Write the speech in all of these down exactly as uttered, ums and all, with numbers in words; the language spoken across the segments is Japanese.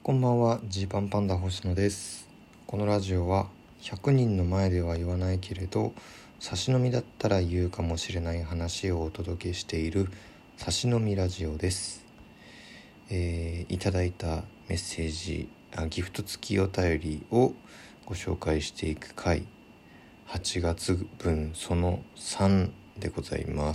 こんばんは、ジーパンパンダ星野です。このラジオはひゃくにんの前では言わないけれど差し飲みだったら言うかもしれない話をお届けしている差し飲みラジオです。えー、いただいたメッセージあギフト付きお便りをご紹介していく回はちがつ分そのさんでございます。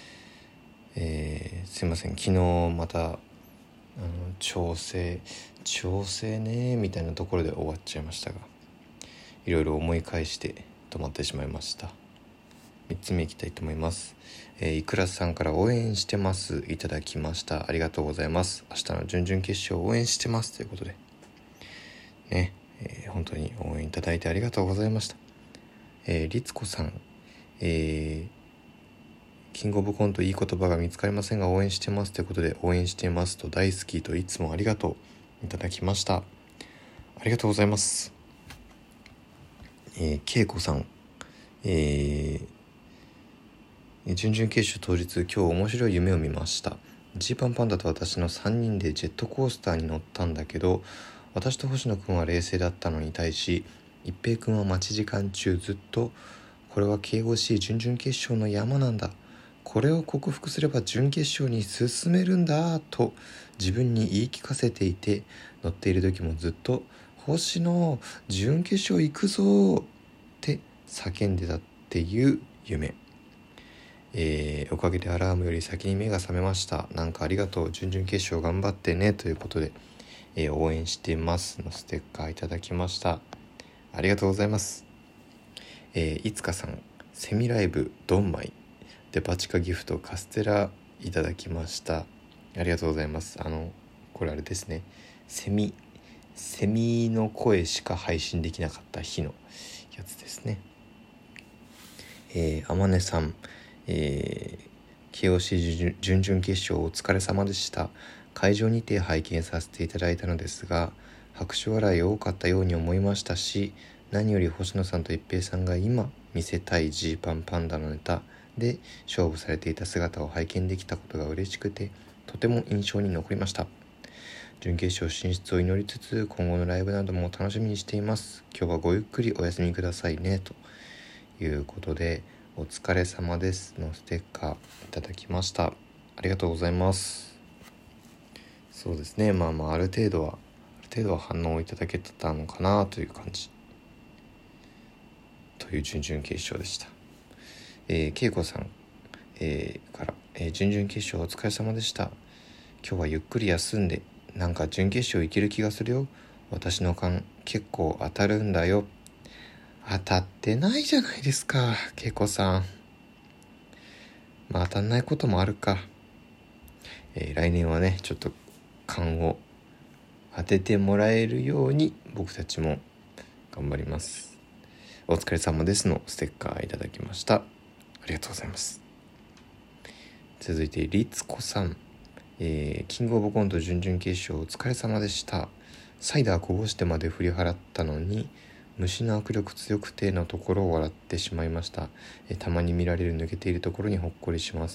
えー、すいません、昨日またあの調整調整ねみたいなところで終わっちゃいましたが、いろいろ思い返して止まってしまいました。みっつめいきたいと思います。えー、いくらさんから応援してますいただきました。ありがとうございます。明日の準々決勝応援してますということでね、えー、本当に応援いただいてありがとうございました。えー、りつこさん、えー、キングオブコントいい言葉が見つかりませんが応援してますということで、応援してますと大好きといつもありがとういただきました。ありがとうございます。えー、けいこさん、えー、準々決勝当日、今日面白い夢を見ました。ジーパンパンダと私のさんにんでジェットコースターに乗ったんだけど、私と星野くんは冷静だったのに対し、一平くんは待ち時間中ずっとこれは ケーオーシー 準々決勝の山なんだ、これを克服すれば準決勝に進めるんだと自分に言い聞かせていて、乗っている時もずっと星野準決勝行くぞって叫んでたっていう夢。えー、おかげでアラームより先に目が覚めました。なんかありがとう、準々決勝頑張ってねということで、えー、応援してますのステッカーいただきました。ありがとうございます。えー、いつかさん、セミライブドンマイデパ地下ギフトカステラいただきました。ありがとうございます。あのこれあれですね、セミセミの声しか配信できなかった日のやつですね。えー、あまねさん、えー、ケーオーシー 準々決勝お疲れ様でした。会場にて拝見させていただいたのですが、拍手笑い多かったように思いましたし、何より星野さんと一平さんが今見せたいジーパンパンダのネタで勝負されていた姿を拝見できたことが嬉しくて、とても印象に残りました。準決勝進出を祈りつつ、今後のライブなども楽しみにしています。今日はごゆっくりお休みくださいねということで、お疲れ様ですのステッカーいただきました。ありがとうございます。そうですね、まあまあある程度はある程度は反応をいただけてたのかなという感じという準々決勝でした。えー、けいこさん、えー、から、えー、準々決勝お疲れ様でした。今日はゆっくり休んで、なんか準決勝いける気がするよ。私の勘結構当たるんだよ。当たってないじゃないですか、けいこさん。まあ当たんないこともあるか。えー、来年はねちょっと勘を当ててもらえるように僕たちも頑張ります。お疲れ様ですのステッカーいただきました。ありがとうございます。続いてりつこさん、えー、キングオブコント準々決勝お疲れ様でした。サイダーこぼしてまで振り払ったのに虫の握力強くてのところを笑ってしまいました。えー、たまに見られる抜けているところにほっこりします。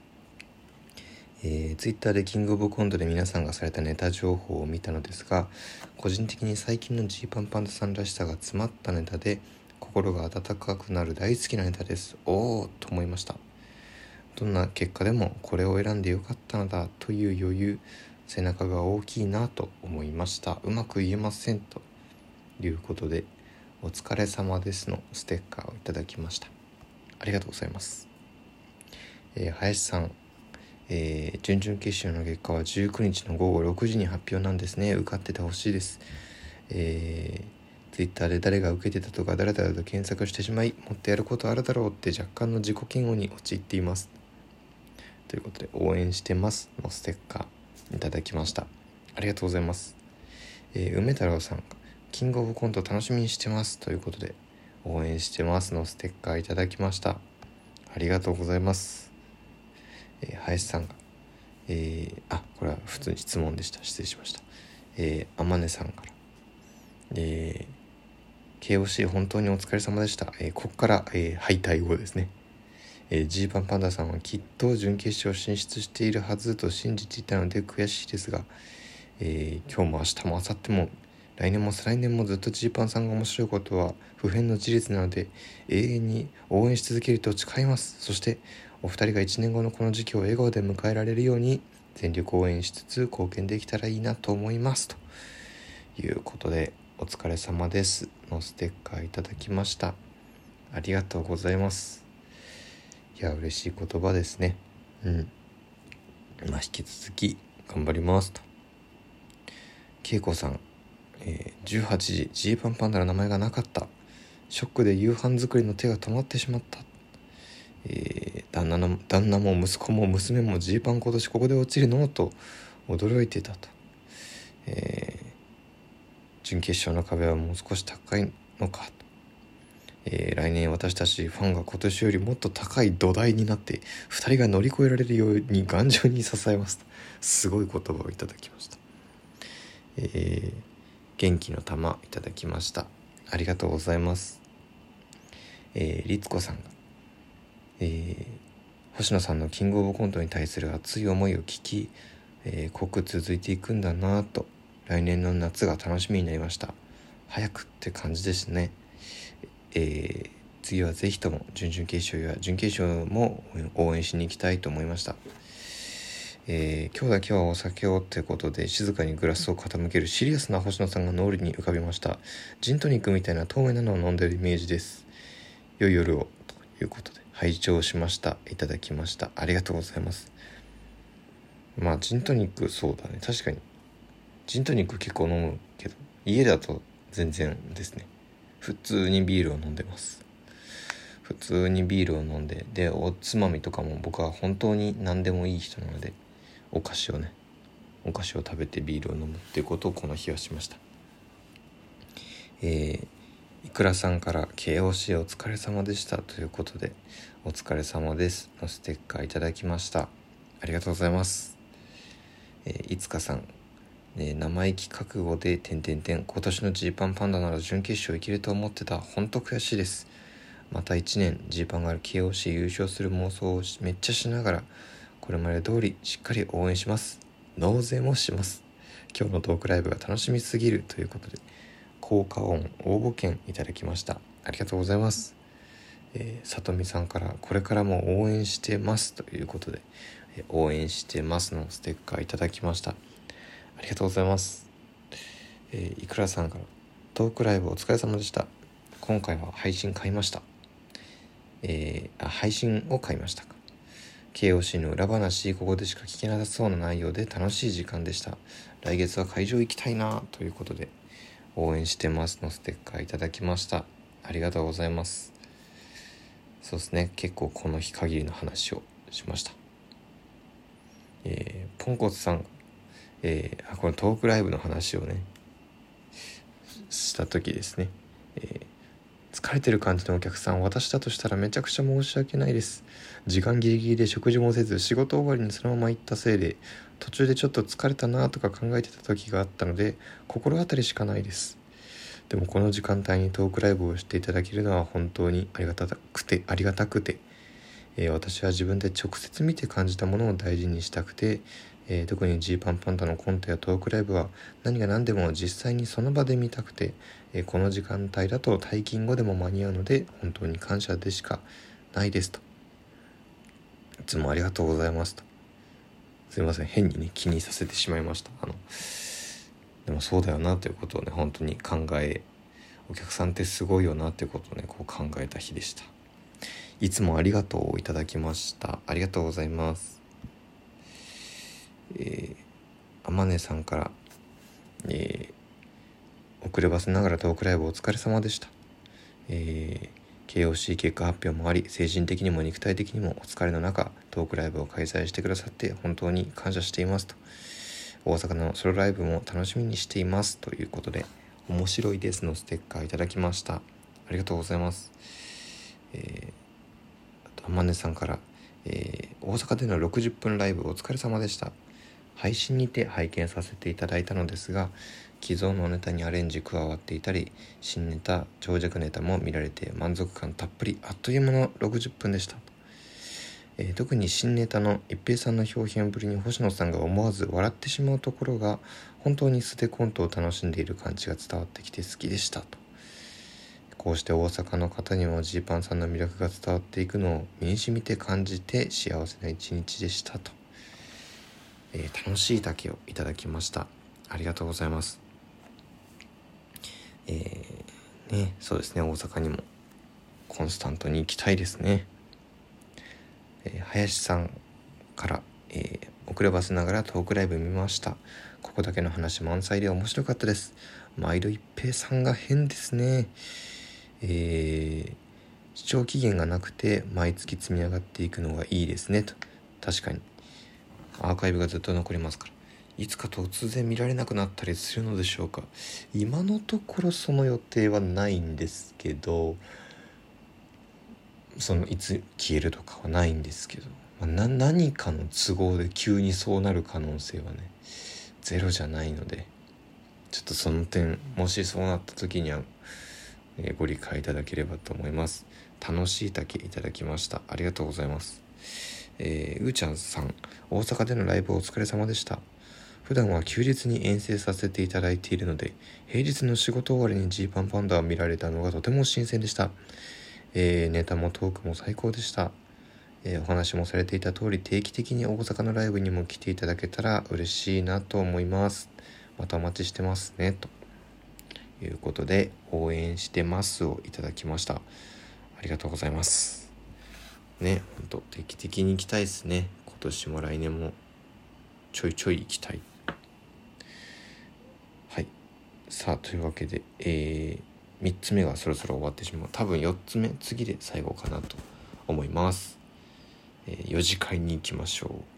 えー、ツイッターでキングオブコントで皆さんがされたネタ情報を見たのですが、個人的に最近のジーパンパンダさんらしさが詰まったネタで心が温かくなる大好きなネタです。おーと思いました。どんな結果でもこれを選んでよかったのだという余裕、背中が大きいなと思いました。うまく言えませんということで、お疲れ様ですのステッカーをいただきました。ありがとうございます。えー、林さん、えー、準々決勝の結果はじゅうくにちのごごろくじに発表なんですね。受かっててほしいです。えー、ツイッターで誰が受けてたとか誰々と検索してしまい、もっとやることあるだろうって若干の自己嫌悪に陥っていますということで、応援してますのステッカーいただきました。ありがとうございます。えー、梅太郎さん、キングオブコント楽しみにしてますということで、応援してますのステッカーいただきました。ありがとうございます。えー、林さんが、えー、あこれは普通に質問でした、失礼しました。えー、あまねさんから、えー、ケーオーシー 本当にお疲れ様でした。えー、ここから、えー、敗退後ですね。えー、ジーパンパンダさんはきっと準決勝進出しているはずと信じていたので悔しいですが、 えー、今日も明日も明後日も来年も再来年もずっとジーパンさんが面白いことは不変の事実なので、永遠に応援し続けると誓います。そしてお二人がいちねんごのこの時期を笑顔で迎えられるように全力応援しつつ貢献できたらいいなと思います、ということで、お疲れ様ですのステッカーいただきました。ありがとうございます。いや、嬉しい言葉ですね。うんまあ引き続き頑張りますと。けいこさん、えー、じゅうはちじジーパンパンダの名前がなかった。ショックで夕飯作りの手が止まってしまった。えー、旦那の旦那も息子も娘もジーパン今年ここで落ちるのと驚いてたと。えー、準決勝の壁はもう少し高いのかと。えー、来年私たちファンが今年よりもっと高い土台になってふたりが乗り越えられるように頑丈に支えますと。すごい言葉をいただきました。えー、元気の玉いただきました。ありがとうございます。えー、律子さんが、えー、星野さんのキングオブコントに対する熱い思いを聞き、えー、濃く続いていくんだなと来年の夏が楽しみになりました。早くって感じですね。えー、次はぜひとも準々決勝や準決勝も応援しに行きたいと思いました。えー、今日だけはお酒をってことで静かにグラスを傾けるシリアスな星野さんが脳裏に浮かびました。ジントニックみたいな透明なのを飲んでるイメージです。良い夜をということで拝聴しました。いただきました。ありがとうございます。まあジントニック、そうだね、確かにジントニック結構飲むけど家だと全然ですね。普通にビールを飲んでます。普通にビールを飲んで、でおつまみとかも僕は本当に何でもいい人なので、お菓子をねお菓子を食べてビールを飲むっていうことをこの日はしました。えー、いくらさんから ケーオーシー お疲れ様でしたということで、お疲れ様ですのステッカーいただきました。ありがとうございます。えー、いつかさん、えー、生意気覚悟で点々点今年のジーパンパンダなら準決勝いけると思ってた。本当悔しいです。またいちねんジーパンがある ケーオーシー 優勝する妄想をめっちゃしながらこれまで通りしっかり応援します。納税もします。今日のトークライブが楽しみすぎるということで効果音応募券いただきました。ありがとうございます。えー、さとみさんからこれからも応援してますということで、えー、応援してますのステッカーいただきました。ありがとうございます。えー、いくらさんからトークライブお疲れ様でした。今回は配信買いました。えー、あ配信を買いましたか。 ケーオーシー の裏話、ここでしか聞けなさそうな内容で楽しい時間でした。来月は会場行きたいなということで応援してますのステッカーいただきました。ありがとうございます。そうですね、結構この日限りの話をしました。えー、ポンコツさん、えー、このトークライブの話をねした時ですね、えー、疲れてる感じのお客さん私だとしたらめちゃくちゃ申し訳ないです。時間ギリギリで食事もせず仕事終わりにそのまま行ったせいで途中でちょっと疲れたなとか考えてた時があったので心当たりしかないです。でもこの時間帯にトークライブをしていただけるのは本当にありがたくてありがたくて、えー、私は自分で直接見て感じたものを大事にしたくて、えー、特にジーパンパンダのコントやトークライブは何が何でも実際にその場で見たくて、えー、この時間帯だと退勤後でも間に合うので本当に感謝でしかないですと。いつもありがとうございますと。すいません、変にね気にさせてしまいました。あのでもそうだよなということをね本当に考え、お客さんってすごいよなということをねこう考えた日でした。いつもありがとうをいただきました。ありがとうございます。えー、あまねさんから、えー、遅ればせながらトークライブお疲れ様でした。えー、ケーオーシー 結果発表もあり精神的にも肉体的にもお疲れの中トークライブを開催してくださって本当に感謝していますと。大阪のソロライブも楽しみにしていますということで面白いですのステッカーいただきました。ありがとうございます。えーあまねさんから、えー、大阪でのろくじゅっぷんライブお疲れ様でした。配信にて拝見させていただいたのですが既存のネタにアレンジ加わっていたり新ネタ長尺ネタも見られて満足感たっぷりあっという間のろくじゅっぷんでした。 えー、特に新ネタの一平さんの表現ぶりに星野さんが思わず笑ってしまうところが本当に素でコントを楽しんでいる感じが伝わってきて好きでしたと。こうして大阪の方にもジーパンさんの魅力が伝わっていくのを身に染みて感じて幸せな一日でしたと、えー、楽しいだけをいただきました。ありがとうございます。えー、ねそうですね、大阪にもコンスタントに行きたいですね。えー、林さんから、えー、遅ればせながらトークライブ見ました。ここだけの話満載で面白かったです。毎度一平さんが変ですね。えー、視聴期限がなくて毎月積み上がっていくのがいいですねと。確かにアーカイブがずっと残りますから、いつか突然見られなくなったりするのでしょうか。今のところその予定はないんですけど、そのいつ消えるとかはないんですけど、まあ、な何かの都合で急にそうなる可能性はねゼロじゃないので、ちょっとその点もしそうなった時には、えー、ご理解いただければと思います。楽しいだけいただきました。ありがとうございます。えー、うーちゃんさん、大阪でのライブお疲れ様でした。普段は休日に遠征させていただいているので、平日の仕事終わりにジーパンパンダを見られたのがとても新鮮でした。えー、ネタもトークも最高でした。えー、お話もされていた通り定期的に大阪のライブにも来ていただけたら嬉しいなと思います。またお待ちしてますねということで、応援してますをいただきました。ありがとうございますね。ほんと定期的に行きたいですね。今年も来年もちょいちょい行きたい。はい、さあというわけで、えー、みっつめがそろそろ終わってしまう。多分よっつめ次で最後かなと思います。えー、よじかいに行きましょう。